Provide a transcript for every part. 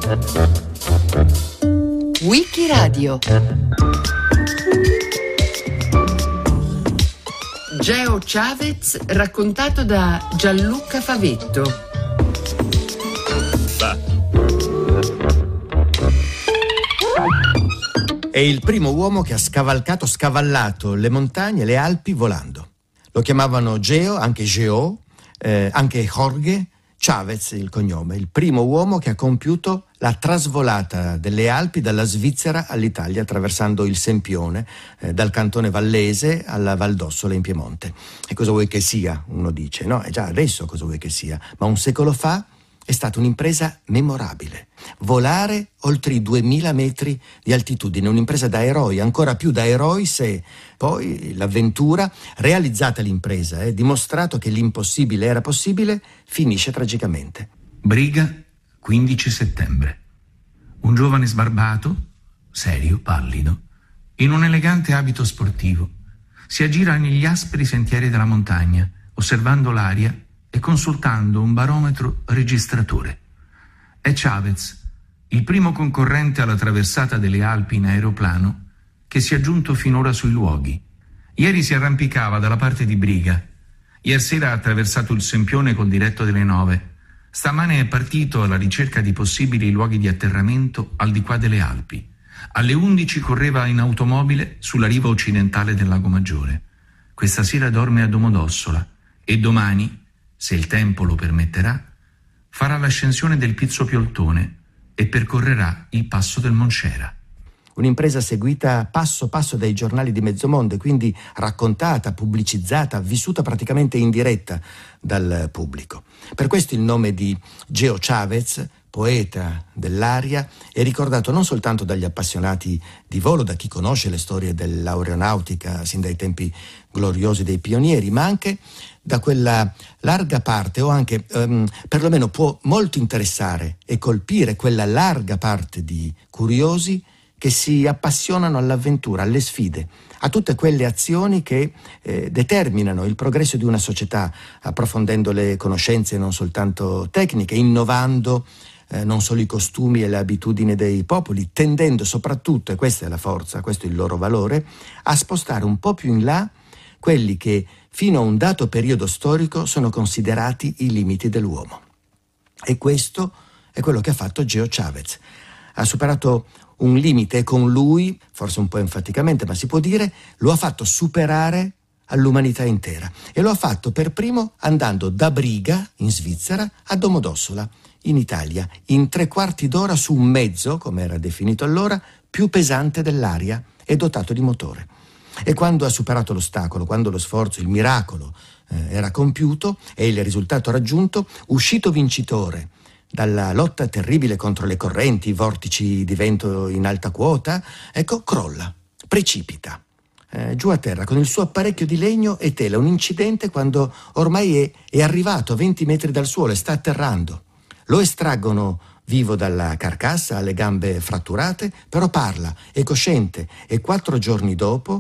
Wikiradio. Geo Chavez raccontato da Gianluca Favetto. È il primo uomo che ha scavallato le montagne e le Alpi volando. Lo chiamavano Geo, anche Geo, anche Jorge, Chavez il cognome. Il primo uomo che ha compiuto la trasvolata delle Alpi dalla Svizzera all'Italia attraversando il Sempione, dal cantone vallese alla Val d'Ossola in Piemonte. E cosa vuoi che sia? Uno dice, no, è già adesso cosa vuoi che sia, ma un secolo fa è stata un'impresa memorabile. Volare oltre i 2000 metri di altitudine, un'impresa da eroi, ancora più da eroi se poi l'avventura, realizzata l'impresa, dimostrato che l'impossibile era possibile, finisce tragicamente. Briga, 15 settembre. Un giovane sbarbato, serio, pallido, in un elegante abito sportivo, si aggira negli aspri sentieri della montagna, osservando l'aria e consultando un barometro registratore. È Chavez, il primo concorrente alla traversata delle Alpi in aeroplano che si è giunto finora sui luoghi. Ieri si arrampicava dalla parte di Briga. Ieri sera ha attraversato il Sempione col diretto delle 9. Stamane è partito alla ricerca di possibili luoghi di atterramento al di qua delle Alpi. Alle 11 correva in automobile sulla riva occidentale del Lago Maggiore. Questa sera dorme a Domodossola e domani, se il tempo lo permetterà, farà l'ascensione del Pizzo Pioltone e percorrerà il passo del Moncera. Un'impresa seguita passo passo dai giornali di mezzo mondo e quindi raccontata, pubblicizzata, vissuta praticamente in diretta dal pubblico. Per questo il nome di Geo Chavez, poeta dell'aria, è ricordato non soltanto dagli appassionati di volo, da chi conosce le storie dell'aeronautica sin dai tempi gloriosi dei pionieri, ma anche da quella larga parte, o anche perlomeno può molto interessare e colpire quella larga parte di curiosi che si appassionano all'avventura, alle sfide, a tutte quelle azioni che determinano il progresso di una società, approfondendo le conoscenze non soltanto tecniche, innovando non solo i costumi e le abitudini dei popoli, tendendo soprattutto, e questa è la forza, questo è il loro valore, a spostare un po' più in là quelli che fino a un dato periodo storico sono considerati i limiti dell'uomo. E questo è quello che ha fatto Geo Chavez. Ha superato un limite e con lui, forse un po' enfaticamente, ma si può dire, lo ha fatto superare all'umanità intera. E lo ha fatto per primo andando da Briga, in Svizzera, a Domodossola, in Italia, in 3/4 d'ora su un mezzo, come era definito allora, più pesante dell'aria e dotato di motore. E quando ha superato l'ostacolo, quando lo sforzo, il miracolo era compiuto e il risultato raggiunto, uscito vincitore dalla lotta terribile contro le correnti, i vortici di vento in alta quota, ecco, crolla, precipita giù a terra con il suo apparecchio di legno e tela, un incidente quando ormai è arrivato a 20 metri dal suolo e sta atterrando. Lo estraggono vivo dalla carcassa, alle gambe fratturate, però parla, è cosciente e 4 giorni dopo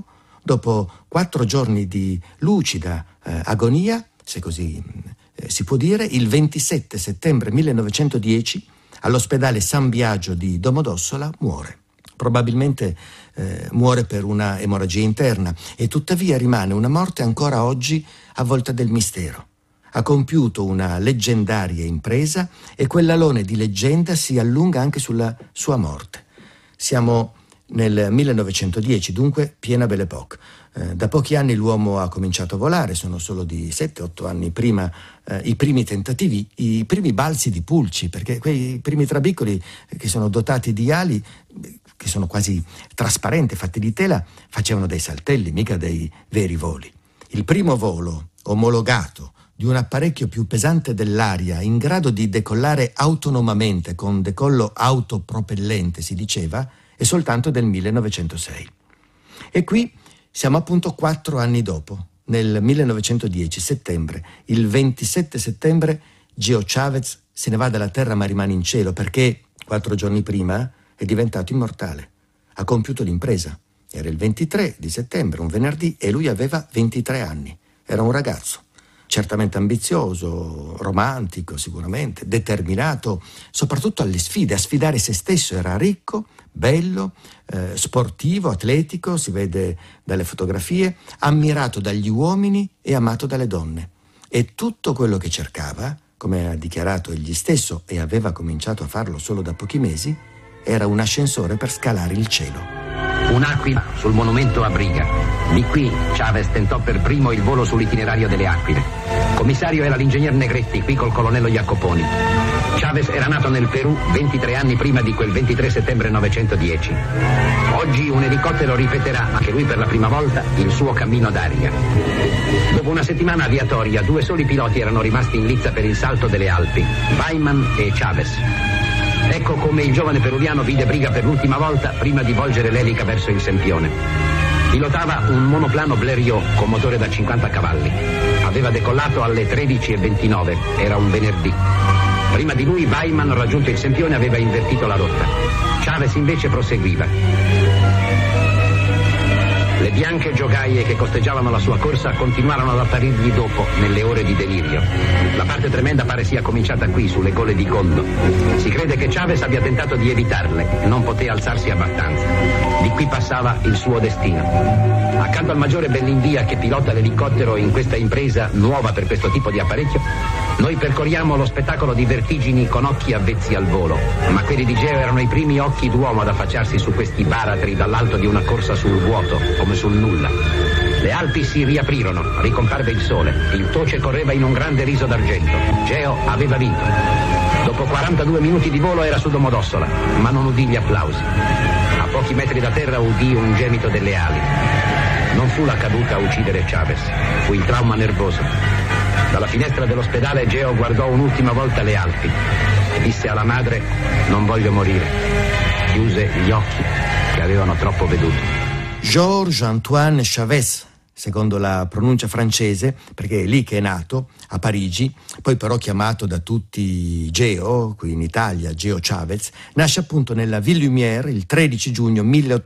4 giorni di lucida agonia, se così si può dire, il 27 settembre 1910 all'ospedale San Biagio di Domodossola muore. Probabilmente muore per una emorragia interna e tuttavia rimane una morte ancora oggi avvolta del mistero. Ha compiuto una leggendaria impresa e quell'alone di leggenda si allunga anche sulla sua morte. Siamo nel 1910, dunque piena Belle Époque. Da pochi anni l'uomo ha cominciato a volare, sono solo di 7-8 anni prima i primi tentativi, i primi balzi di pulci, perché quei primi trabicoli che sono dotati di ali, che sono quasi trasparenti, fatti di tela, facevano dei saltelli, mica dei veri voli. Il primo volo omologato di un apparecchio più pesante dell'aria, in grado di decollare autonomamente con decollo autopropellente, si diceva, è soltanto del 1906. E qui siamo appunto 4 anni dopo, nel 1910, settembre. Il 27 settembre Geo Chavez se ne va dalla terra ma rimane in cielo perché 4 giorni prima è diventato immortale. Ha compiuto l'impresa. Era il 23 di settembre, un venerdì, e lui aveva 23 anni. Era un ragazzo. certamente ambizioso, romantico sicuramente, determinato soprattutto alle sfide, a sfidare se stesso. Era ricco, bello, sportivo, atletico, si vede dalle fotografie, ammirato dagli uomini e amato dalle donne. E tutto quello che cercava, come ha dichiarato egli stesso, e aveva cominciato a farlo solo da pochi mesi, era un ascensore per scalare il cielo. Un'aquila sul monumento a Briga. Di qui Chavez tentò per primo il volo sull'itinerario delle aquile. Commissario era l'ingegner Negretti, qui col colonnello Jacoponi. Chavez era nato nel Perù 23 anni prima di quel 23 settembre 1910. Oggi un elicottero ripeterà, anche lui per la prima volta, il suo cammino d'aria. Dopo una settimana aviatoria, 2 soli piloti erano rimasti in lizza per il salto delle Alpi, Weymann e Chavez. Ecco come il giovane peruviano vide Briga per l'ultima volta prima di volgere l'elica verso il Sempione. Pilotava un monoplano Blériot con motore da 50 cavalli. Aveva decollato alle 13:29, era un venerdì. Prima di lui Weymann, raggiunto il Sempione, aveva invertito la rotta. Chavez invece proseguiva. Le bianche giogaie che costeggiavano la sua corsa continuarono ad apparirgli dopo, nelle ore di delirio. La parte tremenda pare sia cominciata qui, sulle gole di Gondo. Si crede che Chavez abbia tentato di evitarle, non poté alzarsi abbastanza. Di qui passava il suo destino. Accanto al maggiore Bellinvia che pilota l'elicottero in questa impresa nuova per questo tipo di apparecchio, noi percorriamo lo spettacolo di vertigini con occhi avvezzi al volo, ma quelli di Geo erano i primi occhi d'uomo ad affacciarsi su questi baratri dall'alto di una corsa sul vuoto, come sul nulla. Le Alpi si riaprirono, ricomparve il sole, il toce correva in un grande riso d'argento. Geo aveva vinto. Dopo 42 minuti di volo era su Domodossola, ma non udì gli applausi. A pochi metri da terra udì un gemito delle ali. Non fu la caduta a uccidere Chavez, fu il trauma nervoso. Dalla finestra dell'ospedale Geo guardò un'ultima volta le Alpi e disse alla madre: non voglio morire. Chiuse gli occhi che avevano troppo veduto. Georges Antoine Chavez, secondo la pronuncia francese, perché è lì che è nato, a Parigi, poi però chiamato da tutti Geo, qui in Italia Geo Chavez, nasce appunto nella Ville Lumière il 13 giugno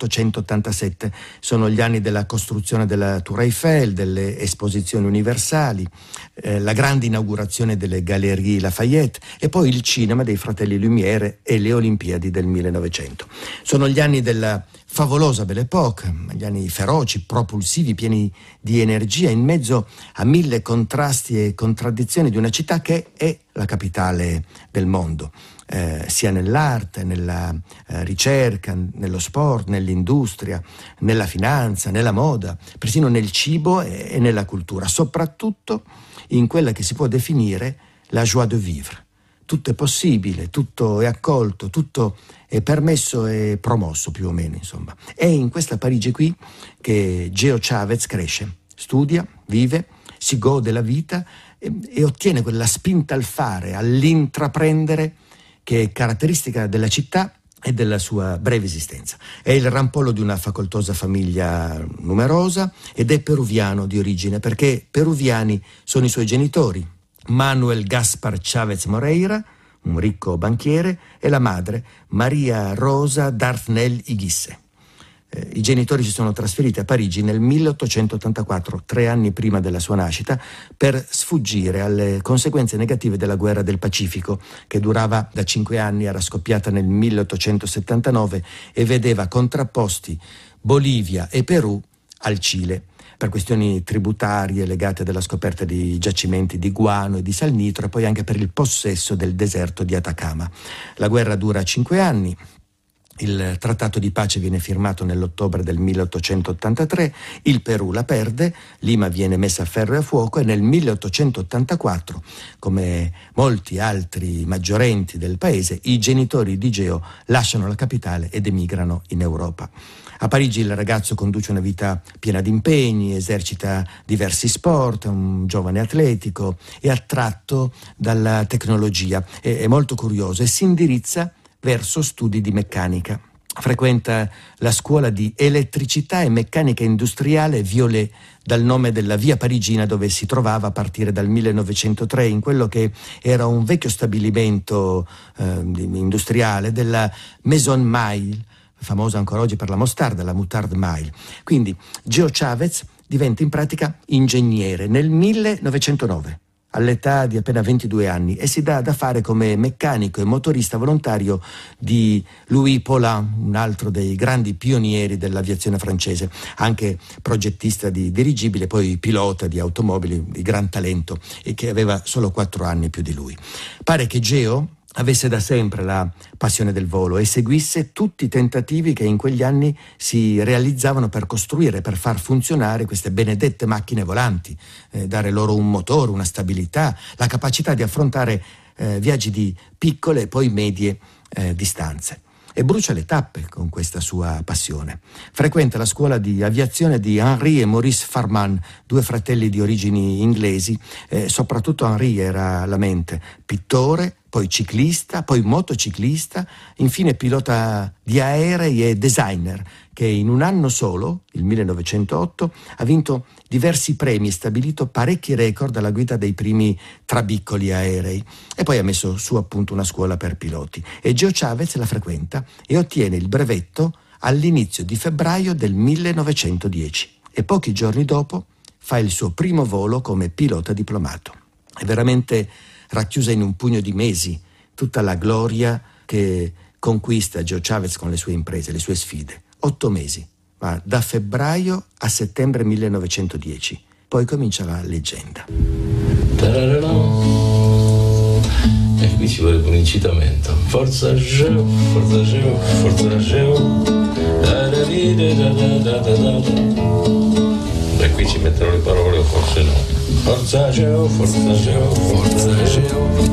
1887. Sono gli anni della costruzione della Tour Eiffel, delle esposizioni universali, la grande inaugurazione delle Galeries Lafayette e poi il cinema dei fratelli Lumière e le Olimpiadi del 1900. Sono gli anni della favolosa Belle Époque, gli anni feroci, propulsivi, pieni di energia, in mezzo a mille contrasti e contraddizioni di una città che è la capitale del mondo, sia nell'arte, nella ricerca, nello sport, nell'industria, nella finanza, nella moda, persino nel cibo e nella cultura, soprattutto in quella che si può definire la joie de vivre. Tutto è possibile, tutto è accolto, tutto è permesso e promosso più o meno, insomma. È in questa Parigi qui che Geo Chavez cresce, studia, vive, si gode la vita e ottiene quella spinta al fare, all'intraprendere che è caratteristica della città e della sua breve esistenza. È il rampollo di una facoltosa famiglia numerosa ed è peruviano di origine, perché peruviani sono i suoi genitori, Manuel Gaspar Chavez Moreira, un ricco banchiere, e la madre, Maria Rosa Darthnel Iguisse. I genitori si sono trasferiti a Parigi nel 1884, 3 anni prima della sua nascita, per sfuggire alle conseguenze negative della guerra del Pacifico, che durava da 5 anni, era scoppiata nel 1879 e vedeva contrapposti Bolivia e Perù al Cile, per questioni tributarie legate alla scoperta di giacimenti di guano e di salnitro e poi anche per il possesso del deserto di Atacama. La guerra dura 5 anni. Il trattato di pace viene firmato nell'ottobre del 1883, il Perù la perde, Lima viene messa a ferro e a fuoco e nel 1884, come molti altri maggiorenti del paese, i genitori di Geo lasciano la capitale ed emigrano in Europa. A Parigi il ragazzo conduce una vita piena di impegni, esercita diversi sport, è un giovane atletico, è attratto dalla tecnologia, è molto curioso e si indirizza verso studi di meccanica. Frequenta la scuola di elettricità e meccanica industriale Violet, dal nome della via parigina dove si trovava a partire dal 1903, in quello che era un vecchio stabilimento industriale della Maison Maille, famosa ancora oggi per la mostarda, la Moutarde Maille. Quindi Geo Chavez diventa in pratica ingegnere nel 1909. All'età di appena 22 anni, e si dà da fare come meccanico e motorista volontario di Louis Paulin, un altro dei grandi pionieri dell'aviazione francese, anche progettista di dirigibile, poi pilota di automobili di gran talento, e che aveva solo 4 anni più di lui. Pare che Geo avesse da sempre la passione del volo e seguisse tutti i tentativi che in quegli anni si realizzavano per costruire, per far funzionare queste benedette macchine volanti, dare loro un motore, una stabilità, la capacità di affrontare viaggi di piccole e poi medie distanze. E brucia le tappe con questa sua passione. Frequenta la scuola di aviazione di Henri e Maurice Farman, 2 fratelli di origini inglesi. Soprattutto Henri era la mente, pittore, poi ciclista, poi motociclista, infine pilota di aerei e designer, che in un anno solo, il 1908, ha vinto diversi premi e stabilito parecchi record alla guida dei primi trabiccoli aerei, e poi ha messo su appunto una scuola per piloti. E Geo Chavez la frequenta e ottiene il brevetto all'inizio di febbraio del 1910, e pochi giorni dopo fa il suo primo volo come pilota diplomato. È veramente racchiusa in un pugno di mesi tutta la gloria che conquista Geo Chavez con le sue imprese, le sue sfide. 8 mesi, ma da febbraio a settembre 1910. Poi comincia la leggenda. E qui ci vorrebbe un incitamento. Forza Geo, forza Geo, forza Geo. E qui ci metterò le parole o forse no. Forza Geo, forza Geo, forza Geo.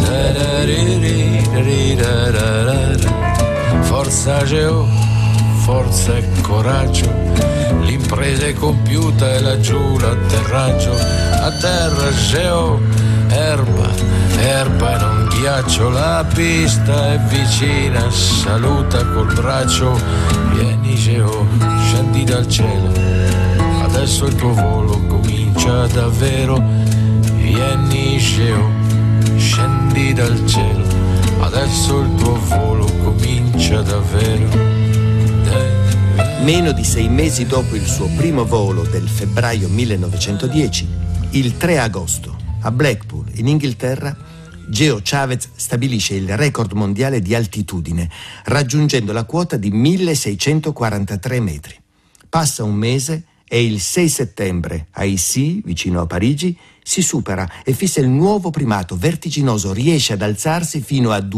Forza Geo, forza e coraggio. L'impresa è compiuta e laggiù l'atterraggio. A terra Geo, erba e non ghiaccio. La pista è vicina, saluta col braccio. Vieni Geo, scendi dal cielo, adesso il tuo volo comincia davvero. Vieni Geo, scendi dal cielo, adesso il tuo volo comincia davvero. Meno di 6 mesi dopo il suo primo volo del febbraio 1910, il 3 agosto, a Blackpool, in Inghilterra, Geo Chavez stabilisce il record mondiale di altitudine, raggiungendo la quota di 1643 metri. Passa un mese e il 6 settembre, a Issy, vicino a Parigi, si supera e fissa il nuovo primato vertiginoso, riesce ad alzarsi fino a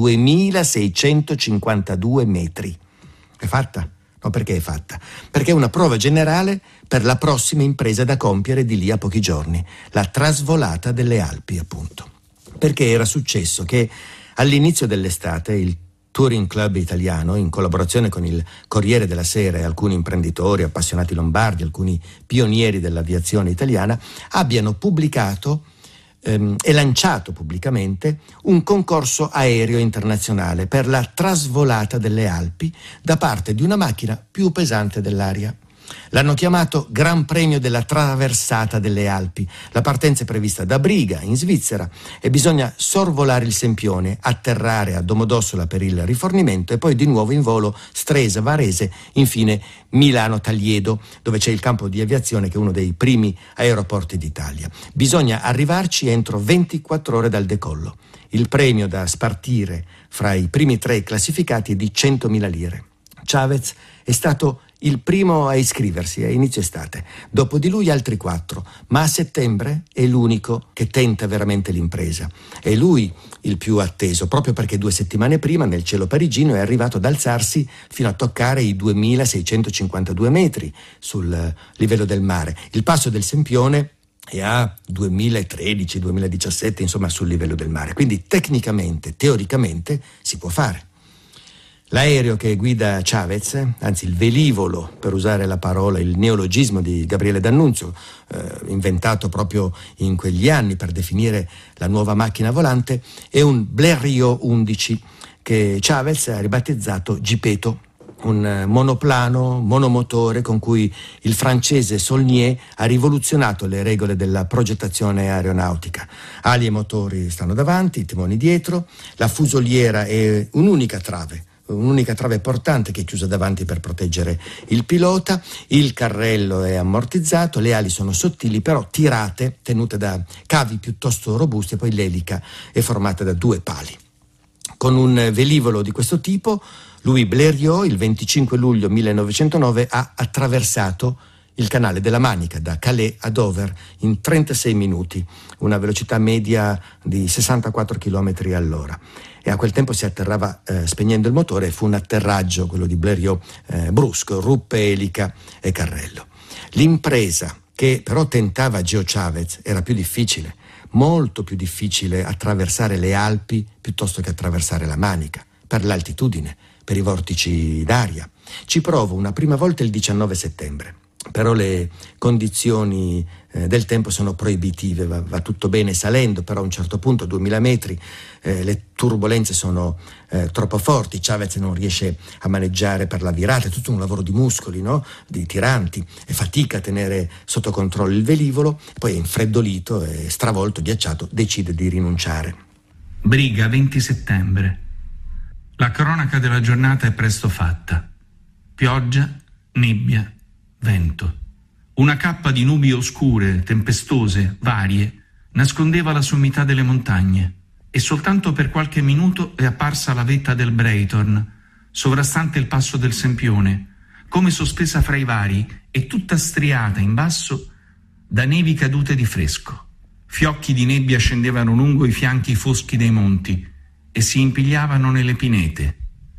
2652 metri. È fatta? No, perché è fatta? Perché è una prova generale per la prossima impresa da compiere di lì a pochi giorni, la trasvolata delle Alpi, appunto. Perché era successo che all'inizio dell'estate il Touring Club italiano, in collaborazione con il Corriere della Sera e alcuni imprenditori appassionati lombardi, alcuni pionieri dell'aviazione italiana, abbiano pubblicato e lanciato pubblicamente un concorso aereo internazionale per la trasvolata delle Alpi da parte di una macchina più pesante dell'aria. L'hanno chiamato Gran Premio della Traversata delle Alpi. La partenza è prevista da Briga, in Svizzera, e bisogna sorvolare il Sempione, atterrare a Domodossola per il rifornimento e poi di nuovo in volo Stresa, Varese, infine Milano-Tagliedo, dove c'è il campo di aviazione che è uno dei primi aeroporti d'Italia. Bisogna arrivarci entro 24 ore dal decollo. Il premio da spartire fra i primi 3 classificati è di 100.000 lire. Chavez è stato il primo a iscriversi a inizio estate, dopo di lui altri 4, ma a settembre è l'unico che tenta veramente l'impresa. È lui il più atteso, proprio perché 2 settimane prima nel cielo parigino è arrivato ad alzarsi fino a toccare i 2652 metri sul livello del mare. Il passo del Sempione è a 2013-2017, insomma sul livello del mare, quindi tecnicamente, teoricamente si può fare. L'aereo che guida Chavez, anzi il velivolo, per usare la parola, il neologismo di Gabriele D'Annunzio, inventato proprio in quegli anni per definire la nuova macchina volante, è un Blériot 11 che Chavez ha ribattezzato Geppetto, un monoplano monomotore con cui il francese Saulnier ha rivoluzionato le regole della progettazione aeronautica. Ali e motori stanno davanti, i timoni dietro, la fusoliera è un'unica trave, un'unica trave portante che è chiusa davanti per proteggere il pilota. Il carrello è ammortizzato, le ali sono sottili però tirate, tenute da cavi piuttosto robusti, e poi l'elica è formata da 2 pali. Con un velivolo di questo tipo, Louis Blériot il 25 luglio 1909 ha attraversato il canale della Manica da Calais a Dover in 36 minuti, una velocità media di 64 km all'ora. E a quel tempo si atterrava spegnendo il motore, e fu un atterraggio, quello di Blériot, brusco, ruppe elica e carrello. L'impresa che però tentava Geo Chavez era più difficile, molto più difficile attraversare le Alpi piuttosto che attraversare la Manica, per l'altitudine, per i vortici d'aria. Ci provo una prima volta il 19 settembre. Però le condizioni del tempo sono proibitive, va tutto bene salendo, però a un certo punto, a 2000 metri, le turbolenze sono troppo forti. Chavez non riesce a maneggiare per la virata, è tutto un lavoro di muscoli, no? Di tiranti, e fatica a tenere sotto controllo il velivolo, poi è infreddolito e stravolto, ghiacciato, decide di rinunciare. Briga, 20 settembre. La cronaca della giornata è presto fatta. Pioggia, nebbia, vento. Una cappa di nubi oscure, tempestose, varie, nascondeva la sommità delle montagne, e soltanto per qualche minuto è apparsa la vetta del Breithorn, sovrastante il passo del Sempione, come sospesa fra i vari e tutta striata in basso da nevi cadute di fresco. Fiocchi di nebbia scendevano lungo i fianchi foschi dei monti e si impigliavano nelle pinete.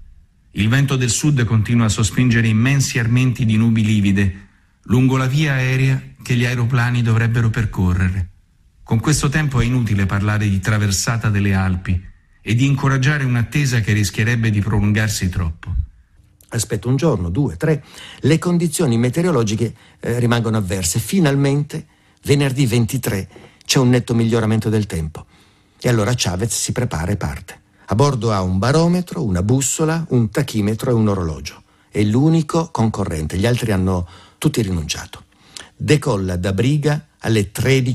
Il vento del sud continua a sospingere immensi armenti di nubi livide lungo la via aerea che gli aeroplani dovrebbero percorrere. Con questo tempo è inutile parlare di traversata delle Alpi e di incoraggiare un'attesa che rischierebbe di prolungarsi troppo. Aspetta un giorno, 2, 3, le condizioni meteorologiche rimangono avverse. Finalmente, venerdì 23, c'è un netto miglioramento del tempo. E allora Chavez si prepara e parte. A bordo ha un barometro, una bussola, un tachimetro e un orologio. È l'unico concorrente, gli altri hanno tutti rinunciato. Decolla da Briga alle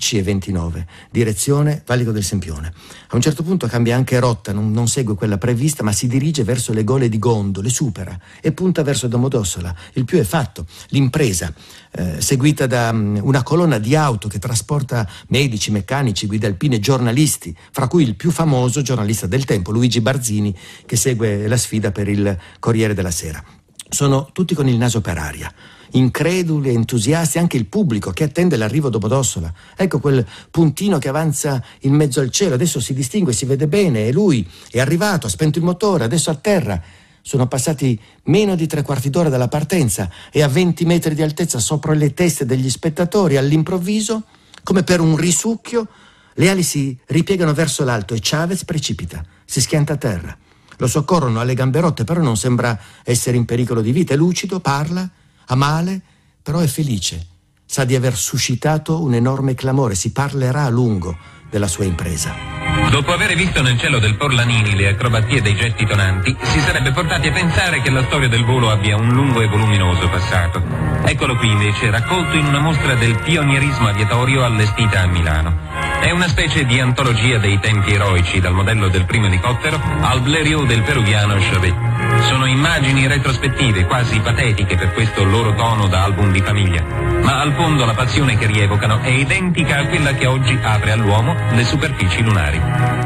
13:29, direzione Valico del Sempione. A un certo punto cambia anche rotta, non segue quella prevista, ma si dirige verso le gole di Gondo, le supera e punta verso Domodossola. Il più è fatto. L'impresa, seguita da una colonna di auto che trasporta medici, meccanici, guide alpine, giornalisti, fra cui il più famoso giornalista del tempo, Luigi Barzini, che segue la sfida per il Corriere della Sera. Sono tutti con il naso per aria, increduli, entusiasti, anche il pubblico che attende l'arrivo Domodossola. Ecco quel puntino che avanza in mezzo al cielo, adesso si distingue, si vede bene, e lui è arrivato, ha spento il motore, adesso atterra. Sono passati meno di 3/4 d'ora dalla partenza e a 20 metri di altezza sopra le teste degli spettatori, all'improvviso, come per un risucchio, le ali si ripiegano verso l'alto e Chavez precipita, si schianta a terra. Lo soccorrono alle gambe rotte, però non sembra essere in pericolo di vita, è lucido, parla, ha male, però è felice. Sa di aver suscitato un enorme clamore, si parlerà a lungo della sua impresa. Dopo aver visto nel cielo del Porlanini le acrobazie dei getti tonanti, si sarebbe portati a pensare che la storia del volo abbia un lungo e voluminoso passato. Eccolo qui invece, raccolto in una mostra del pionierismo aviatorio allestita a Milano. È una specie di antologia dei tempi eroici, dal modello del primo elicottero al Blériot del peruviano Chauvet. Sono immagini retrospettive, quasi patetiche per questo loro tono da album di famiglia, ma al fondo la passione che rievocano è identica a quella che oggi apre all'uomo le superfici lunari.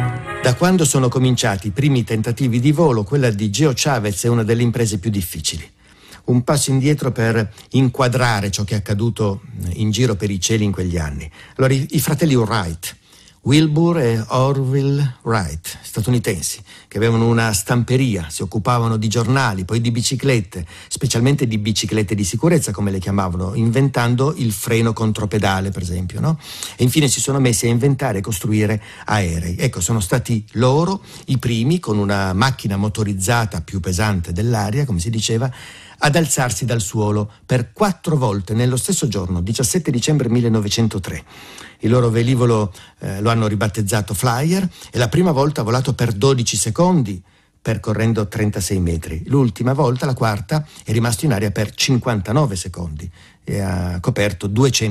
Da quando sono cominciati i primi tentativi di volo, quella di Geo Chavez è una delle imprese più difficili. Un passo indietro per inquadrare ciò che è accaduto in giro per i cieli in quegli anni. Allora, i fratelli Wright, Wilbur e Orville Wright, statunitensi, che avevano una stamperia, si occupavano di giornali, poi di biciclette, specialmente di biciclette di sicurezza, come le chiamavano, inventando il freno contropedale, per esempio, no? E infine si sono messi a inventare e costruire aerei. Ecco, sono stati loro i primi, con una macchina motorizzata più pesante dell'aria, come si diceva, ad alzarsi dal suolo per 4 volte nello stesso giorno, 17 dicembre 1903. Il loro velivolo lo hanno ribattezzato Flyer e la prima volta ha volato per 12 secondi, percorrendo 36 metri. L'ultima volta, la quarta, è rimasto in aria per 59 secondi e ha coperto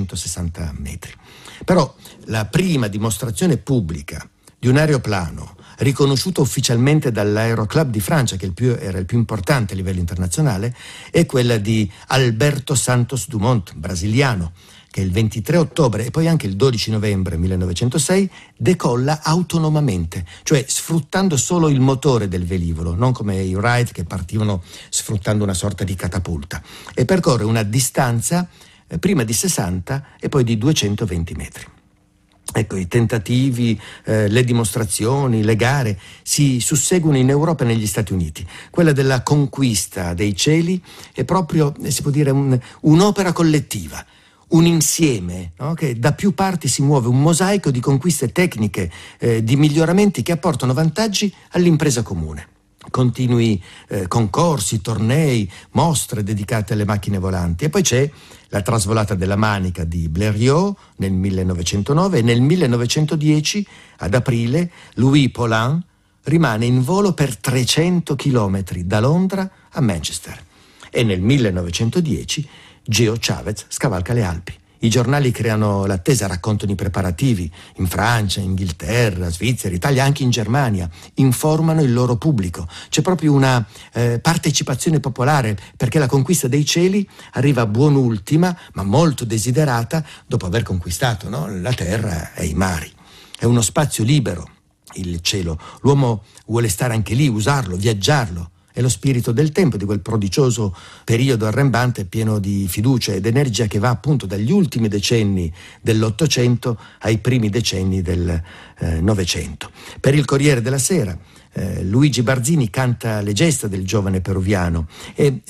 260 metri. Però la prima dimostrazione pubblica di un aeroplano riconosciuto ufficialmente dall'Aeroclub di Francia, che era il più importante a livello internazionale, è quella di Alberto Santos Dumont, brasiliano, che il 23 ottobre e poi anche il 12 novembre 1906 decolla autonomamente, cioè sfruttando solo il motore del velivolo, non come i Wright che partivano sfruttando una sorta di catapulta, e percorre una distanza prima di 60 e poi di 220 metri. Ecco, i tentativi, le dimostrazioni, le gare si susseguono in Europa e negli Stati Uniti. Quella della conquista dei cieli è proprio, si può dire, un'opera collettiva, un insieme, no? Che da più parti si muove, un mosaico di conquiste tecniche, di miglioramenti che apportano vantaggi all'impresa comune. Continui concorsi, tornei, mostre dedicate alle macchine volanti. E poi c'è la trasvolata della Manica di Blériot nel 1909 e nel 1910, ad aprile, Louis Paulin rimane in volo per 300 chilometri da Londra a Manchester. E nel 1910 Geo Chavez scavalca le Alpi. I giornali creano l'attesa, raccontano i preparativi in Francia, Inghilterra, Svizzera, Italia, anche in Germania, informano il loro pubblico. C'è proprio una partecipazione popolare, perché la conquista dei cieli arriva buon'ultima, ma molto desiderata, dopo aver conquistato, no, la terra e i mari. È uno spazio libero, il cielo. L'uomo vuole stare anche lì, usarlo, viaggiarlo. È lo spirito del tempo, di quel prodigioso periodo arrembante pieno di fiducia ed energia che va appunto dagli ultimi decenni dell'Ottocento ai primi decenni del Novecento. Per il Corriere della Sera Luigi Barzini canta le gesta del giovane peruviano e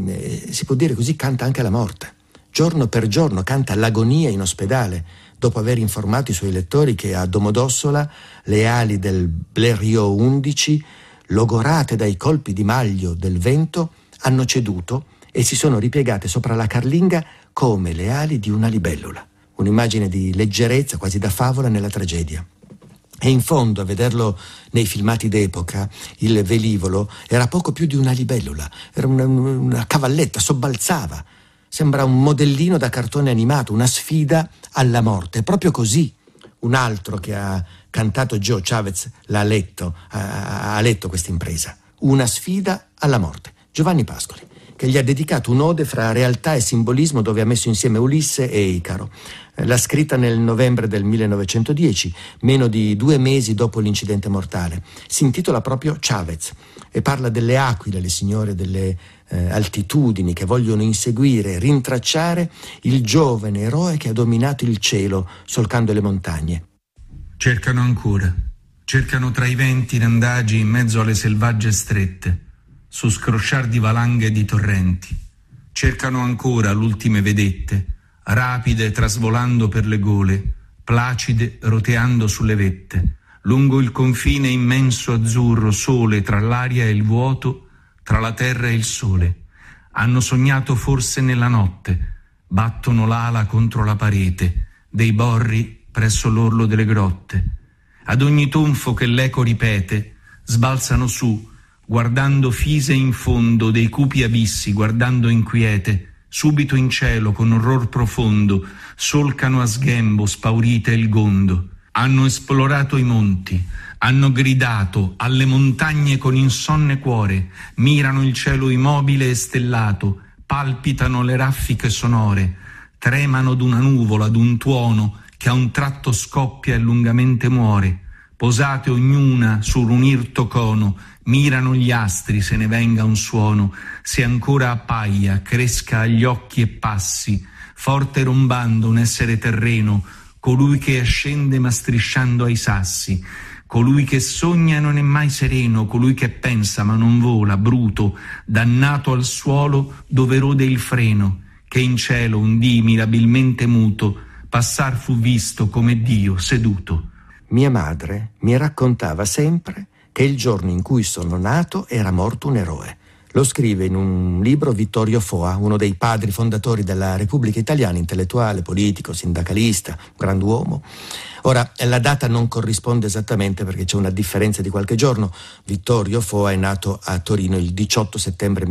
si può dire così, canta anche la morte. Giorno per giorno canta l'agonia in ospedale, dopo aver informato i suoi lettori che a Domodossola le ali del Blériot 11, logorate dai colpi di maglio del vento, hanno ceduto e si sono ripiegate sopra la carlinga come le ali di una libellula. Un'immagine di leggerezza, quasi da favola nella tragedia. E in fondo, a vederlo nei filmati d'epoca, il velivolo era poco più di una libellula, era una cavalletta, sobbalzava. Sembra un modellino da cartone animato, una sfida alla morte. È proprio così. Un altro che ha cantato Geo Chavez l'ha letto, ha letto questa impresa. Una sfida alla morte. Giovanni Pascoli, che gli ha dedicato un'ode fra realtà e simbolismo, dove ha messo insieme Ulisse e Icaro. L'ha scritta nel novembre del 1910, meno di 2 mesi dopo l'incidente mortale. Si intitola proprio Chavez e parla delle aquile, le signore delle altitudini, che vogliono inseguire, rintracciare il giovane eroe che ha dominato il cielo solcando le montagne. Cercano ancora, cercano tra i venti randagi in mezzo alle selvagge strette, su scrosciar di valanghe e di torrenti. Cercano ancora l'ultime vedette, rapide trasvolando per le gole, placide roteando sulle vette, lungo il confine immenso azzurro, sole tra l'aria e il vuoto, tra la terra e il sole. Hanno sognato forse nella notte, battono l'ala contro la parete, dei borri presso l'orlo delle grotte. Ad ogni tonfo che l'eco ripete, sbalzano su, guardando fise in fondo dei cupi abissi, guardando inquiete, subito in cielo con orror profondo, solcano a sghembo spaurite il gondo. Hanno esplorato i monti, hanno gridato alle montagne con insonne cuore, mirano il cielo immobile e stellato, palpitano le raffiche sonore, tremano d'una nuvola, d'un tuono che a un tratto scoppia e lungamente muore. Posate ognuna su un irto cono, mirano gli astri se ne venga un suono, se ancora appaia, cresca agli occhi e passi, forte rombando un essere terreno, colui che ascende ma strisciando ai sassi, colui che sogna e non è mai sereno, colui che pensa ma non vola, bruto, dannato al suolo dove rode il freno, che in cielo un dì mirabilmente muto, passar fu visto come Dio seduto. Mia madre mi raccontava sempre che il giorno in cui sono nato era morto un eroe. Lo scrive in un libro Vittorio Foa, uno dei padri fondatori della Repubblica Italiana, intellettuale, politico, sindacalista, grand'uomo. Ora, la data non corrisponde esattamente perché c'è una differenza di qualche giorno. Vittorio Foa è nato a Torino il 18 settembre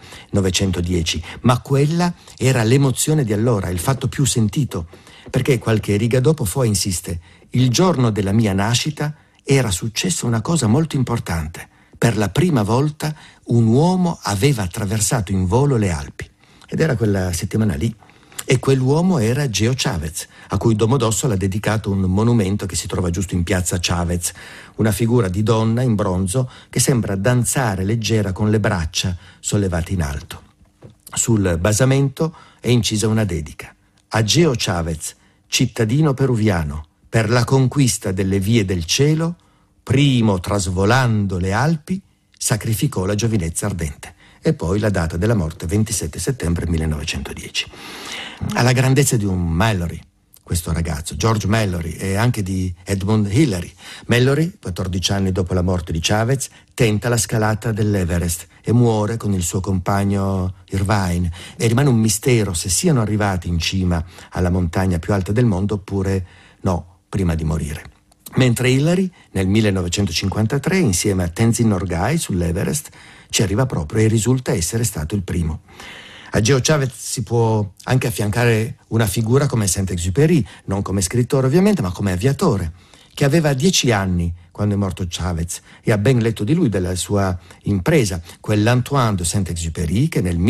1910, ma quella era l'emozione di allora, il fatto più sentito, perché qualche riga dopo Foa insiste: il giorno della mia nascita era successa una cosa molto importante. Per la prima volta un uomo aveva attraversato in volo le Alpi. Ed era quella settimana lì. E quell'uomo era Geo Chávez, a cui Domodossola ha dedicato un monumento che si trova giusto in piazza Chávez, una figura di donna in bronzo che sembra danzare leggera con le braccia sollevate in alto. Sul basamento è incisa una dedica. A Geo Chávez, cittadino peruviano, per la conquista delle vie del cielo, primo trasvolando le Alpi, sacrificò la giovinezza ardente. E poi la data della morte, 27 settembre 1910. Alla grandezza di un Mallory, questo ragazzo, George Mallory, e anche di Edmund Hillary. Mallory, 14 anni dopo la morte di Chávez, tenta la scalata dell'Everest e muore con il suo compagno Irvine, e rimane un mistero se siano arrivati in cima alla montagna più alta del mondo oppure no, prima di morire. Mentre Hillary, nel 1953, insieme a Tenzin Norgay sull'Everest, ci arriva proprio e risulta essere stato il primo. A Geo Chávez si può anche affiancare una figura come Saint-Exupéry, non come scrittore ovviamente, ma come aviatore, che aveva 10 anni quando è morto Chávez e ha ben letto di lui, della sua impresa, quell'Antoine de Saint-Exupéry che nel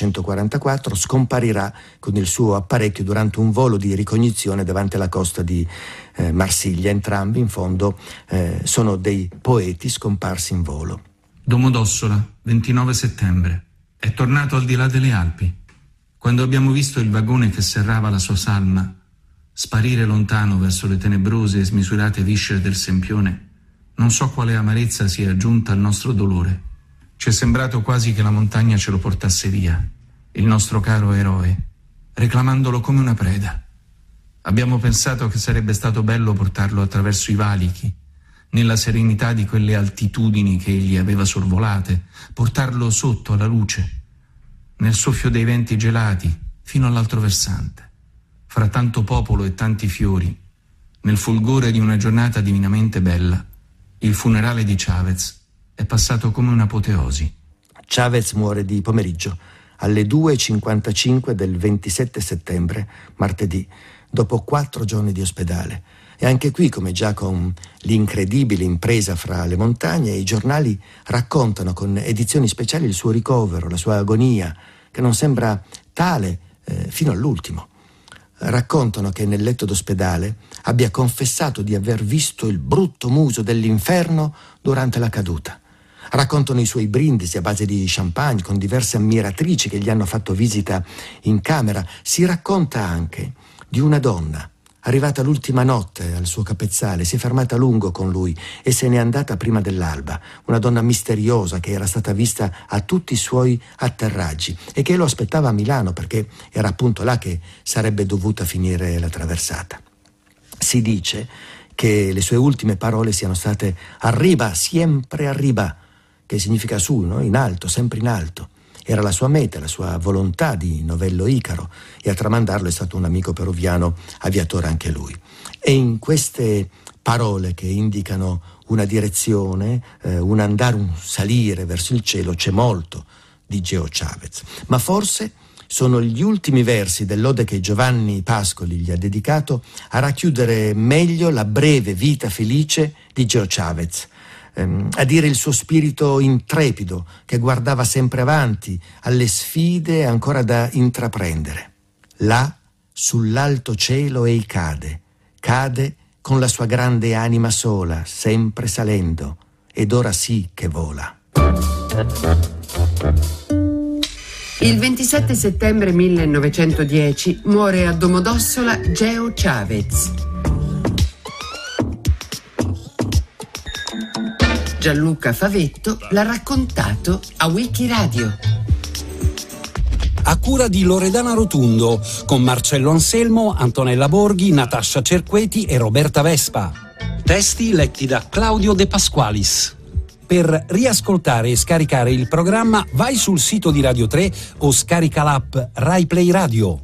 1944 scomparirà con il suo apparecchio durante un volo di ricognizione davanti alla costa di Marsiglia. Entrambi in fondo sono dei poeti scomparsi in volo. Domodossola, 29 settembre. È tornato al di là delle Alpi. Quando abbiamo visto il vagone che serrava la sua salma sparire lontano verso le tenebrose e smisurate viscere del Sempione, non so quale amarezza sia aggiunta al nostro dolore. Ci è sembrato quasi che la montagna ce lo portasse via, il nostro caro eroe, reclamandolo come una preda. Abbiamo pensato che sarebbe stato bello portarlo attraverso i valichi, nella serenità di quelle altitudini che egli aveva sorvolate, portarlo sotto alla luce, nel soffio dei venti gelati, fino all'altro versante, fra tanto popolo e tanti fiori, nel fulgore di una giornata divinamente bella. Il funerale di Chávez è passato come un'apoteosi. Chávez muore di pomeriggio, alle 2:55 del 27 settembre, martedì, dopo 4 giorni di ospedale. E anche qui, come già con l'incredibile impresa fra le montagne, i giornali raccontano con edizioni speciali il suo ricovero, la sua agonia, che non sembra tale fino all'ultimo. Raccontano che nel letto d'ospedale abbia confessato di aver visto il brutto muso dell'inferno durante la caduta. Raccontano i suoi brindisi a base di champagne con diverse ammiratrici che gli hanno fatto visita in camera. Si racconta anche di una donna arrivata l'ultima notte al suo capezzale, si è fermata a lungo con lui e se n'è andata prima dell'alba. Una donna misteriosa che era stata vista a tutti i suoi atterraggi e che lo aspettava a Milano perché era appunto là che sarebbe dovuta finire la traversata. Si dice che le sue ultime parole siano state «arriba, siempre arriba», che significa su, no? In alto, sempre in alto. Era la sua meta, la sua volontà di Novello Icaro, e a tramandarlo è stato un amico peruviano, aviatore anche lui. E in queste parole che indicano una direzione, un andare, un salire verso il cielo, c'è molto di Geo Chávez. Ma forse sono gli ultimi versi dell'ode che Giovanni Pascoli gli ha dedicato a racchiudere meglio la breve vita felice di Geo Chávez, a dire il suo spirito intrepido che guardava sempre avanti alle sfide ancora da intraprendere. Là, sull'alto cielo ei cade con la sua grande anima sola, sempre salendo, ed ora sì che vola. Il 27 settembre 1910 muore a Domodossola Geo Chávez. Gianluca Favetto l'ha raccontato a Wikiradio. A cura di Loredana Rotundo, con Marcello Anselmo, Antonella Borghi, Natascia Cerqueti e Roberta Vespa. Testi letti da Claudio De Pasqualis. Per riascoltare e scaricare il programma vai sul sito di Radio 3 o scarica l'app Rai Play Radio.